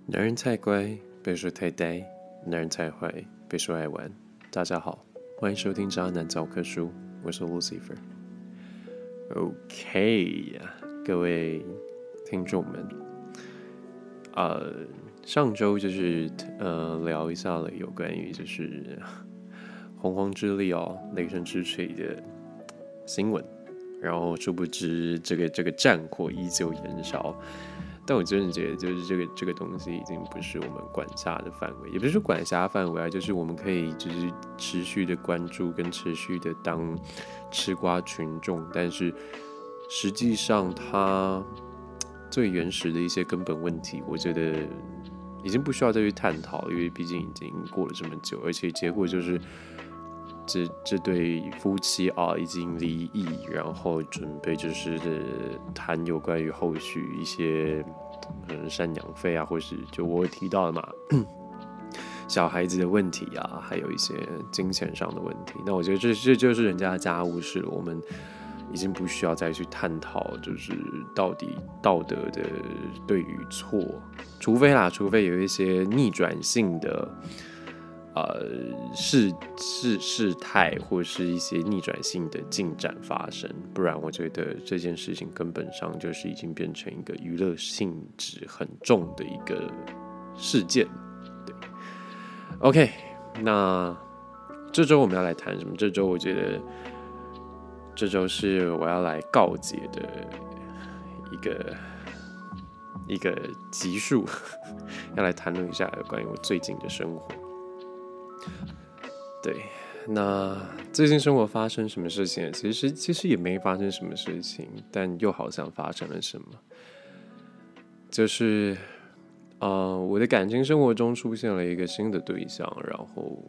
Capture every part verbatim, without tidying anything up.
男人太乖，被说太呆；男人太坏，被说爱玩。大家好，欢迎收听《渣男教科书》，我是 Lucifer。OK， 各位听众们，呃，上周就是呃聊一下了有关于就是洪荒之力哦，雷神之锤的新闻，然后殊不知这个这个战火依旧延烧。但我真的觉得，就是这个这个东西已经不是我们管辖的范围，也不是说管辖范围啊，就是我们可以就是持续的关注跟持续的当吃瓜群众，但是实际上它最原始的一些根本问题，我觉得已经不需要再去探讨，因为毕竟已经过了这么久，而且结果就是这这对夫妻啊已经离异，然后准备就是谈有关于后续一些嗯赡养费啊，或是就我有提到的嘛，小孩子的问题啊，还有一些金钱上的问题。那我觉得这这就是人家的家务事了，我们已经不需要再去探讨，就是到底道德的对与错，除非啦，除非有一些逆转性的。呃，事事事态或是一些逆转性的进展发生，不然我觉得这件事情根本上就是已经变成一个娱乐性质很重的一个事件。对 ，OK， 那这周我们要来谈什么？这周我觉得这周是我要来告解的一个一个集数，要来谈论一下关于我最近的生活。对，那最近生活发生什么事情？其实其实也没发生什么事情，但又好像发生了什么。就是呃，我的感情生活中出现了一个新的对象，然后，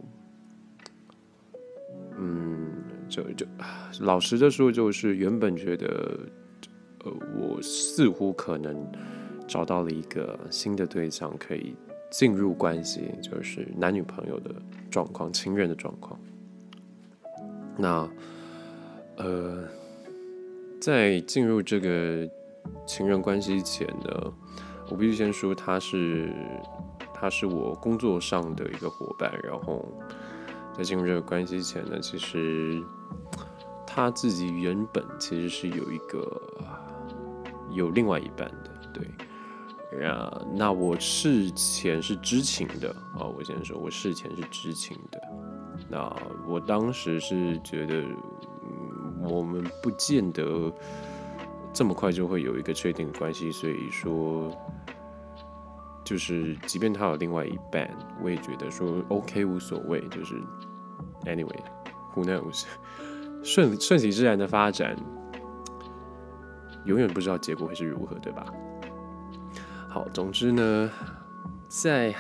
嗯，就就老实的说，就是原本觉得，呃，我似乎可能找到了一个新的对象，可以进入关系，就是男女朋友的状况、情人的状况。那，呃，在进入这个情人关系前呢，我必须先说他是他是我工作上的一个伙伴，然后在进入这个关系前呢，其实他自己原本其实是有一个有另外一半的，对。Uh, 那我事前是知情的啊，我先说，我事前是知情的。那我当时是觉得，嗯，我们不见得这么快就会有一个确定的关系，所以说，就是即便他有另外一半，我也觉得说 OK 无所谓，就是 anyway who knows， 顺顺其自然的发展，永远不知道结果会是如何，对吧？好，总之呢，在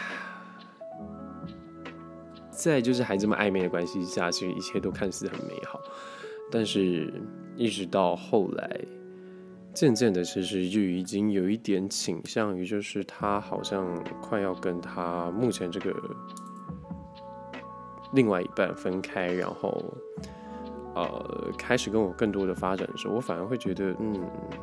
在就是还这么暧昧的关系下，其实一切都看似很美好，但是一直到后来，渐渐的，其实就已经有一点倾向于，就是他好像快要跟他目前这个另外一半分开，然后呃开始跟我更多的发展的时候，我反而会觉得，嗯。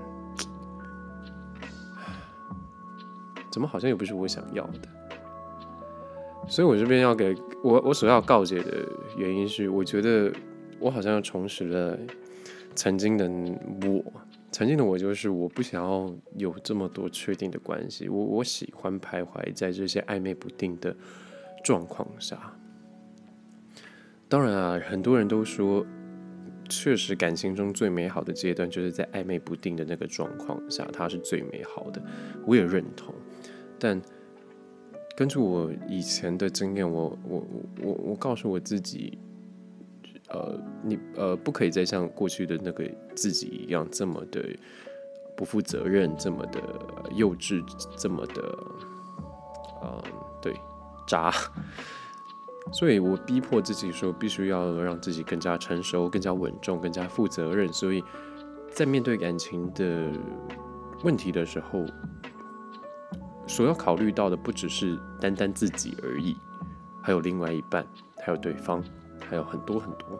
怎么好像也不是我想要的，所以我这边要给我我所要告诫的原因是，我觉得我好像要重拾了曾经的我，曾经的我就是我不想要有这么多确定的关系，我我喜欢徘徊在这些暧昧不定的状况下。当然啊，很多人都说，确实感情中最美好的阶段就是在暧昧不定的那个状况下，它是最美好的，我也认同。但根据我以前的经验，我我我我告诉我自己，呃，你呃不可以再像过去的那个自己一样这么的不负责任，这么的幼稚，这么的，嗯，对，渣。所以我逼迫自己说，必须要让自己更加成熟、更加稳重、更加负责任。所以在面对感情的问题的时候，所要考虑到的不只是单单自己而已，还有另外一半，还有对方，还有很多很多。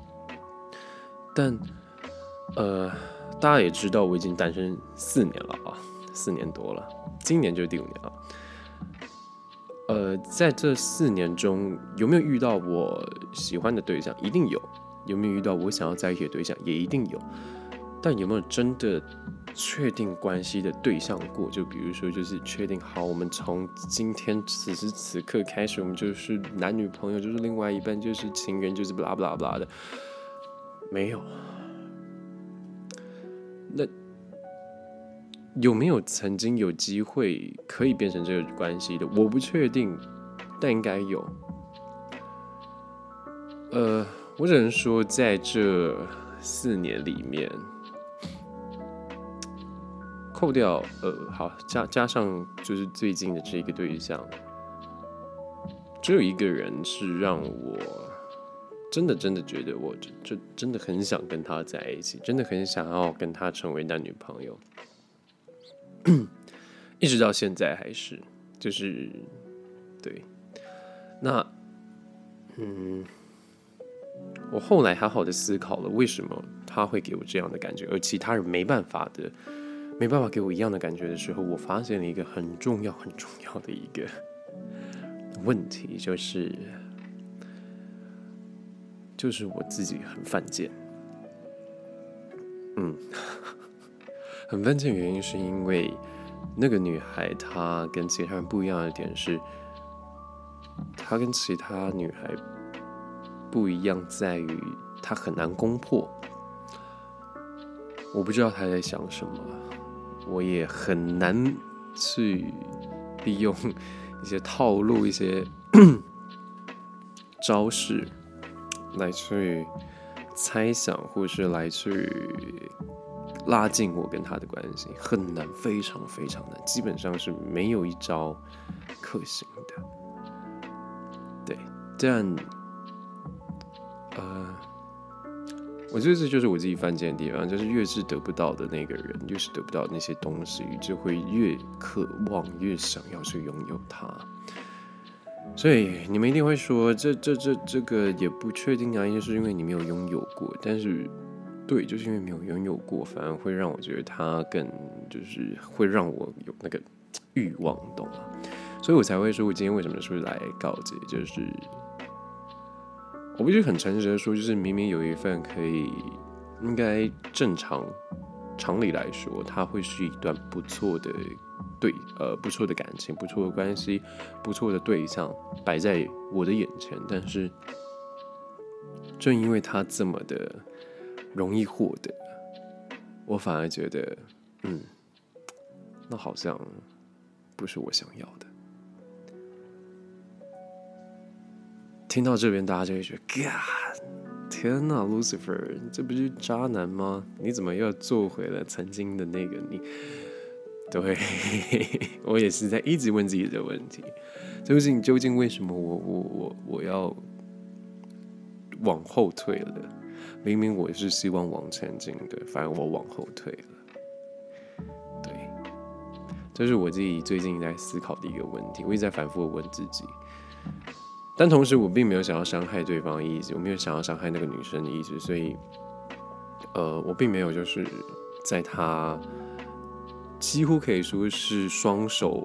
但，呃，大家也知道，我已经单身四年了啊，四年多了，今年就是第五年了。 呃，在这四年中，有没有遇到我喜欢的对象？一定有。有没有遇到我想要在一起的对象？也一定有。但有没有真的确定关系的对象过？就比如说，就是确定好，我们从今天此时此刻开始，我们就是男女朋友，就是另外一半，就是情人，就是blah blah blah的，没有。那有没有曾经有机会可以变成这个关系的？我不确定，但应该有。呃，我只能说，在这四年里面，扣掉呃，好加加上就是最近的这个对象，只有一个人是让我真的真的觉得我就就真的很想跟他在一起，真的很想要跟他成为男女朋友，一直到现在还是，就是对，那嗯。我后来好好的思考了，为什么他会给我这样的感觉，而其他人没办法的，没办法给我一样的感觉的时候，我发现了一个很重要、很重要的一个问题，就是就是我自己很犯贱。嗯，很犯贱的原因是因为那个女孩她跟其他人不一样的点是，她跟其他女孩不一样在于她很难攻破。我不知道她在想什么，我也很难去利用一些套路、一些招式来去猜想，或是来去拉近我跟她的关系，很难，非常非常难，基本上是没有一招可行的。对，但呃，我觉得这就是我自己犯贱的地方，就是越是得不到的那个人，越是得不到那些东西，就会越渴望、越想要去拥有它。所以你们一定会说，这、这、这、这个也不确定啊，就是因为你没有拥有过。但是，对，就是因为没有拥有过，反而会让我觉得它更，就是会让我有那个欲望，懂吗？所以我才会说，我今天为什么是来告诫，就是我必须很诚实的说，就是明明有一份可以应该正常常理来说，它会是一段不错的对呃不错的感情、不错的关系、不错的对象摆在我的眼前，但是正因为它这么的容易获得，我反而觉得，嗯，那好像不是我想要的。听到这边，大家就会觉得，God，天哪 ，Lucifer，这不是渣男吗？你怎么又做回了曾经的那个你？对，我也是在一直问自己这个问题：究竟究竟为什么我我我我要往后退了？明明我是希望往前进的，反而我往后退了。对，这是我自己最近在思考的一个问题，我一直在反复的问自己。但同时，我并没有想要伤害对方的意思，我没有想要伤害那个女生的意思，所以，呃，我并没有就是在她几乎可以说是双手，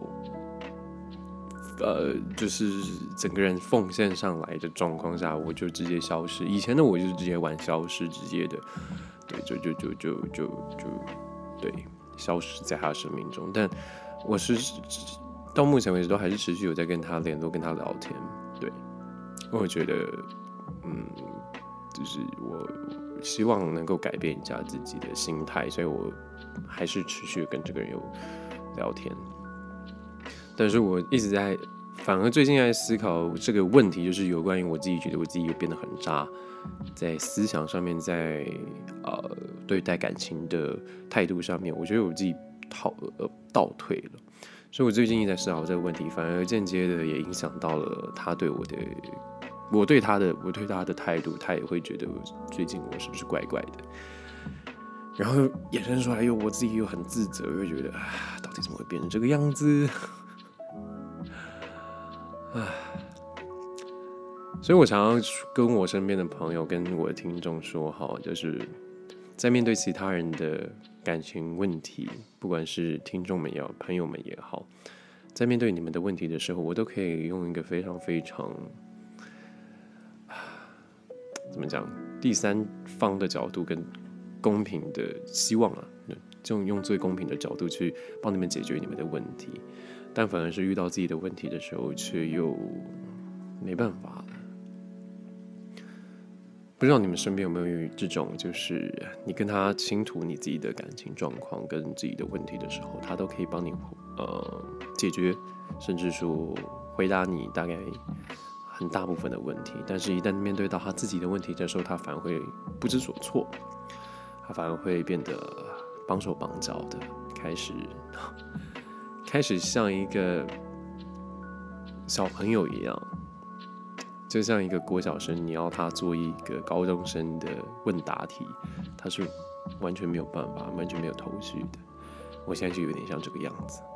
呃，就是整个人奉献上来的状况下，我就直接消失。以前的我就是直接玩消失，直接的，对，就就就就就就对，消失在她的生命中。但我是到目前为止都还是持续有在跟她联络，跟她聊天。对，我觉得，嗯，就是我希望能够改变一下自己的心态，所以我还是持续跟这个人有聊天。但是我一直在，反而最近在思考这个问题，就是有关于我自己觉得我自己变得很渣，在思想上面，在呃对待感情的态度上面，我觉得我自己倒呃倒退了。所以我最近一直在思考这个问题，反而间接的也影响到了他对我的，我对他的，我对他的态度，他也会觉得最近我是不是怪怪的，然后衍生出来又我自己又很自责，又觉得啊，到底怎么会变成这个样子？唉，所以我常常跟我身边的朋友、跟我的听众说，哈，就是在面对其他人的感情问题，不管是听众们也好，朋友们也好， 在面对你们的问题的时候，我都可以用一个非常非常怎么讲，第三方的角度跟公平的希望啊，就用最公平的角度去帮你们解决你们的问题，但反而是遇到自己的问题的时候，却又没办法了。不知道你们身边有没有这种，就是你跟他倾吐你自己的感情状况跟自己的问题的时候，他都可以帮你呃解决，甚至说回答你大概很大部分的问题，但是一旦面对到他自己的问题的时候，他反而会不知所措，他反而会变得绑手绑脚的，开始开始像一个小朋友一样，就像一个国小生，你要他做一个高中生的问答题，他是完全没有办法，完全没有头绪的。我现在就有点像这个样子。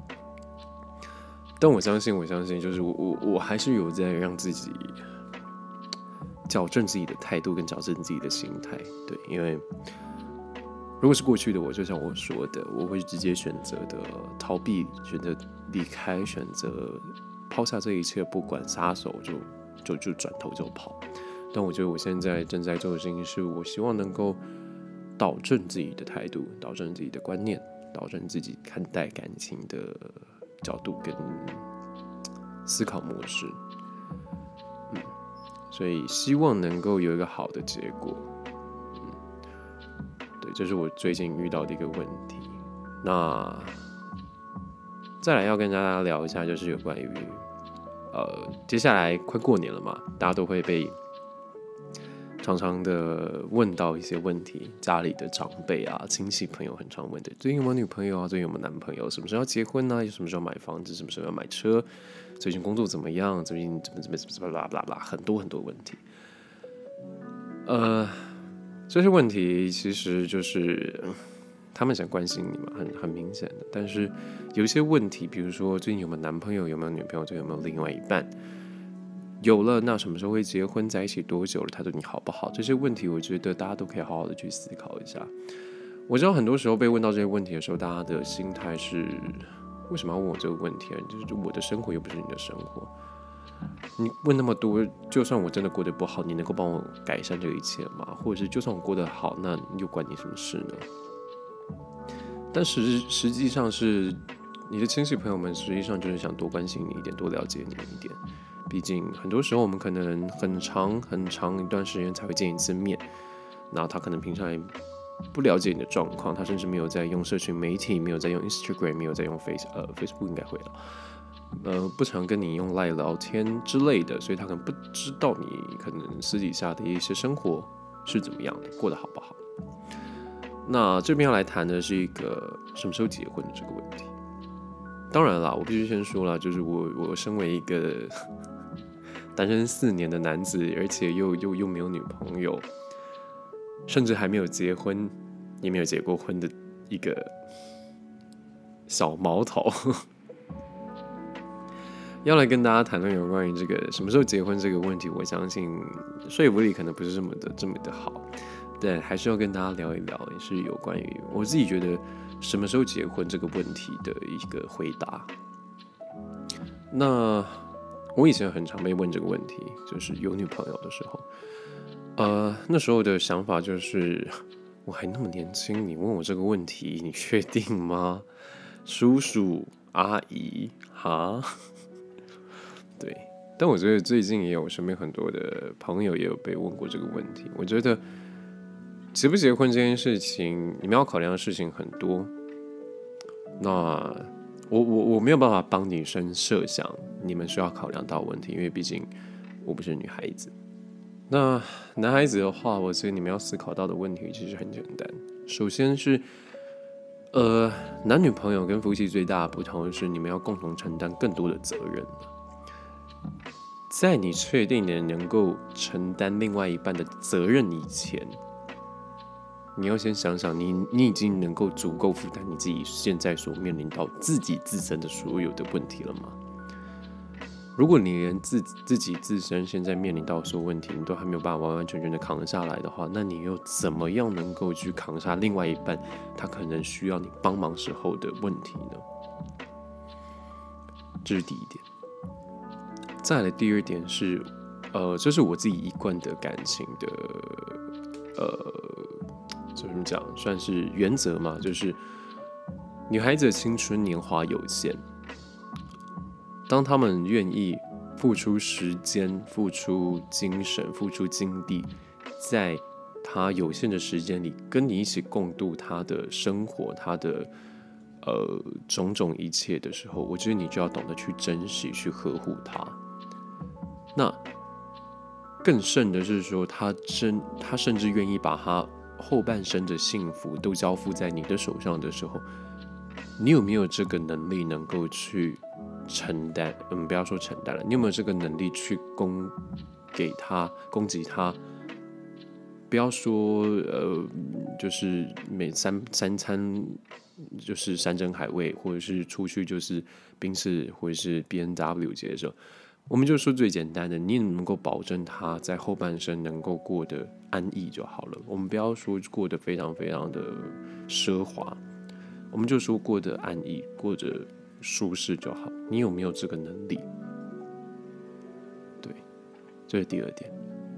但我相信，我相信，就是我我我还是有在让自己矫正自己的态度跟矫正自己的心态，对，因为如果是过去的我，就像我说的，我会直接选择的逃避，选择离开，选择抛下这一切，不管撒手就就就转头就跑。但我觉得我现在正在做的事情是，我希望能够导正自己的态度，导正自己的观念，导正自己看待感情的角度跟思考模式，嗯，所以希望能够有一个好的结果，嗯，对，这是我最近遇到的一个问题。那再来要跟大家聊一下，就是有关于呃，接下来快过年了嘛，大家都会被常常的问到一些问题，家里的长辈啊、亲戚朋友很常问的，最近有没有女朋友啊？最近有没有男朋友？什么时候要结婚啊？什么时候买房子？什么时候要买车？最近工作怎么样？最近怎么怎么怎么怎么啦啦啦，很多很多问题。呃，这些问题其实就是他们想关心你嘛，很很明显的。但是有一些问题，比如说最近有没有男朋友？有没有女朋友？最近有没有另外一半？有了，那什么时候会结婚？在一起多久了？他对你好不好？这些问题，我觉得大家都可以好好的去思考一下。我知道很多时候被问到这些问题的时候，大家的心态是：为什么要问我这个问题啊？就是我的生活又不是你的生活，你问那么多，就算我真的过得不好，你能够帮我改善这一切吗？或者是就算我过得好，那又关你什么事呢？但实实际上是你的亲戚朋友们，实际上就是想多关心你一点，多了解你一点。毕竟很多时候我们可能很长很长一段时间才会见一次面，那他可能平常也不了解你的状况，他甚至没有在用社群媒体，没有在用 Instagram， 没有在用 Face 呃 Facebook 应该会了，呃不常跟你用 Line 聊天之类的，所以他可能不知道你可能私底下的一些生活是怎么样的，过得好不好。那这边要来谈的是一个什么时候结婚的这个问题。当然啦，我必须先说啦，就是我我身为一个单身四年的男子，而且又又又没有女朋友，甚至还没有结婚，也没有结过婚的一个小毛头，要来跟大家谈论有关于这个什么时候结婚这个问题。我相信说服力可能不是这么的这么的好，但还是要跟大家聊一聊，也是有关于我自己觉得什么时候结婚这个问题的一个回答。那我以前很常被问这个问题，就是有女朋友的时候，呃，那时候的想法就是，我还那么年轻，你问我这个问题，你确定吗？叔叔阿姨，哈，对。但我觉得最近也有身边很多的朋友也有被问过这个问题。我觉得结不结婚这件事情，你们要考量的事情很多。那我我我没有办法帮女生设想你们需要考量到的问题，因为毕竟我不是女孩子。那男孩子的话，我觉得你们要思考到的问题其实很简单。首先是，呃，男女朋友跟夫妻最大的不同是，你们要共同承担更多的责任。在你确定你能够承担另外一半的责任以前，你要先想想你，你已经能够足够负担你自己现在所面临到自己自身的所有的问题了吗？如果你连 自, 自己自身现在面临到的所有问题，你都还没有办法完完全全的扛下来的话，那你又怎么样能够去扛下另外一半他可能需要你帮忙时候的问题呢？ 这是第一点。再来第二点是，呃，这是我自己一贯的感情的，呃，怎么讲，算是原则嘛，就是女孩子的青春年华有限，当她们愿意付出时间、付出精神、付出精力，在她有限的时间里，跟你一起共度她的生活、她的呃种种一切的时候，我觉得你就要懂得去珍惜、去呵护她。那更甚的是说，她真，她甚至愿意把她后半生的幸福都交付在你的手上的时候，你有没有这个能力能够去承担？嗯，不要说承担了，你有没有这个能力去供给她、供给她？不要说呃，就是每三三餐就是山珍海味，或者是出去就是宾士或者是 B M W 这些，我们就说最简单的，你能够保证他在后半生能够过得安逸就好了。我们不要说过得非常非常的奢华，我们就说过得安逸、过得舒适就好。你有没有这个能力？对，这是第二点。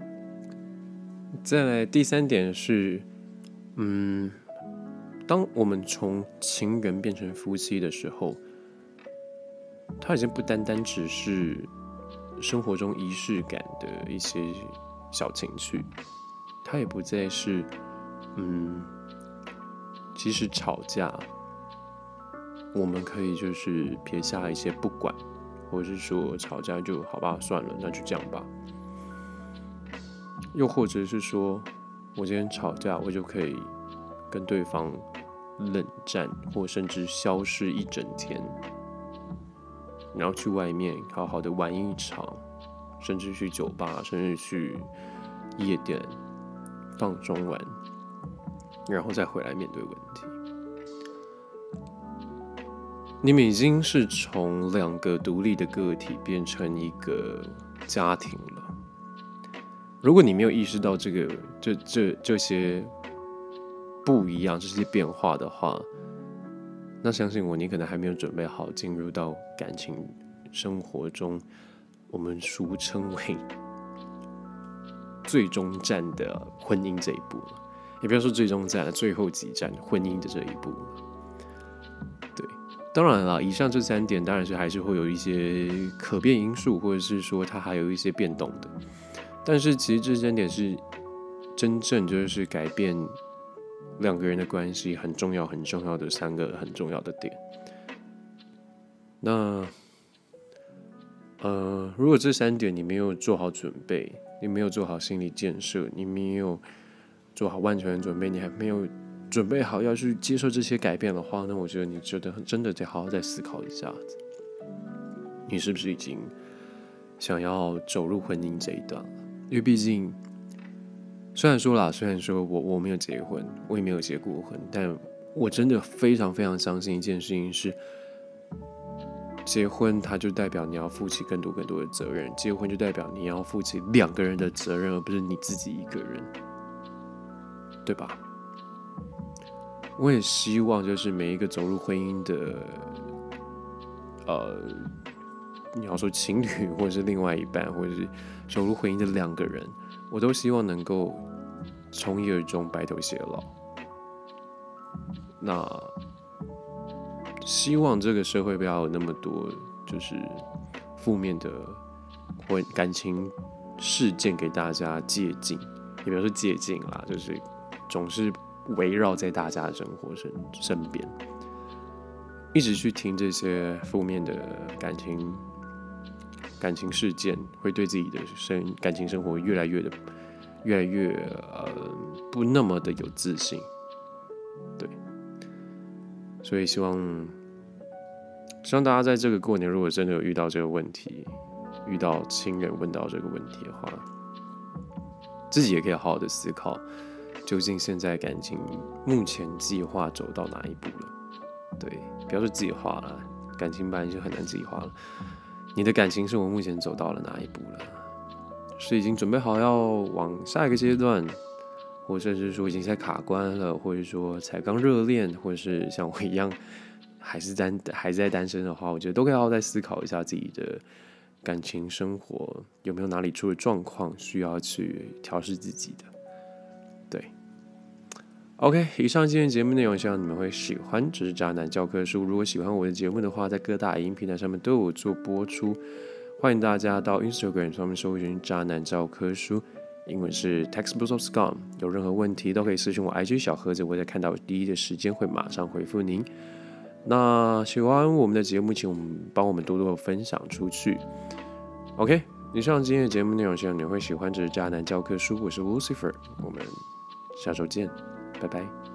再来第三点是，嗯，当我们从情人变成夫妻的时候，它已经不单单只是生活中仪式感的一些小情趣，它也不再是，嗯，即使吵架，我们可以就是撇下一些不管，或者是说吵架就好吧，算了，那就这样吧。又或者是说，我今天吵架，我就可以跟对方冷战，或甚至消失一整天，然后去外面好好的玩一场，甚至去酒吧，甚至去夜店放松玩，然后再回来面对问题。你们已经是从两个独立的个体变成一个家庭了。如果你没有意识到这个这这这些不一样、这些变化的话，那相信我，你可能还没有准备好进入到感情生活中，我们俗称为最终站的婚姻这一步了。也不要说最终站了，最后几站婚姻的这一步了。对，当然了，以上这三点当然是还是会有一些可变因素，或者是说它还有一些变动的。但是其实这三点是真正就是改变两个人的关系很重要、很重要的三个很重要的点。那呃，如果这三点你没有做好准备，你没有做好心理建设，你没有做好万全的准备，你还没有准备好要去接受这些改变的话，那我觉得你觉得真的得好好再思考一下子，你是不是已经想要走入婚姻这一段了？因为毕竟，虽然说啦，虽然说我我没有结婚，我也没有结过婚，但我真的非常非常相信一件事情是，结婚它就代表你要负起更多更多的责任，结婚就代表你要负起两个人的责任，而不是你自己一个人，对吧？我也希望就是每一个走入婚姻的，呃。你要说情侣，或者是另外一半，或者是走入婚姻的两个人，我都希望能够从一而终，白头偕老。那希望这个社会不要有那么多就是负面的婚感情事件给大家借鉴，也不要说借鉴啦，就是总是围绕在大家的生活身身边，一直去听这些负面的感情。感情事件会对自己的生感情生活越来越的越来越呃不那么的有自信，对，所以希望希望大家在这个过年，如果真的有遇到这个问题，遇到亲人问到这个问题的话，自己也可以好好的思考，究竟现在感情目前计划走到哪一步了？对，不要说计划了，感情本来就很难计划了。你的感情生活目前走到了哪一步了？是已经准备好要往下一个阶段，或者是说已经在卡关了，或者说才刚热恋，或者是像我一样还是单还是在单身的话，我觉得都可以好好再思考一下自己的感情生活有没有哪里出了状况，需要去调试自己的。对 ，OK， 以上今天节目内容希望你们会喜欢，这是渣男教科书。如果喜欢我的节目的话，在各大影音平台上面都有做播出，欢迎大家到 Instagram 上面搜寻渣男教科书，英文是 Textbooks of Scum。有任何问题都可以私讯我 I G 小盒子，我在看到第一的时间会马上回复您。那喜欢我们的节目，请我们帮我们多多分享出去。OK， 以上今天的节目内容希望你会喜欢，这是渣男教科书，我是 Lucifer， 我们下周见，拜拜。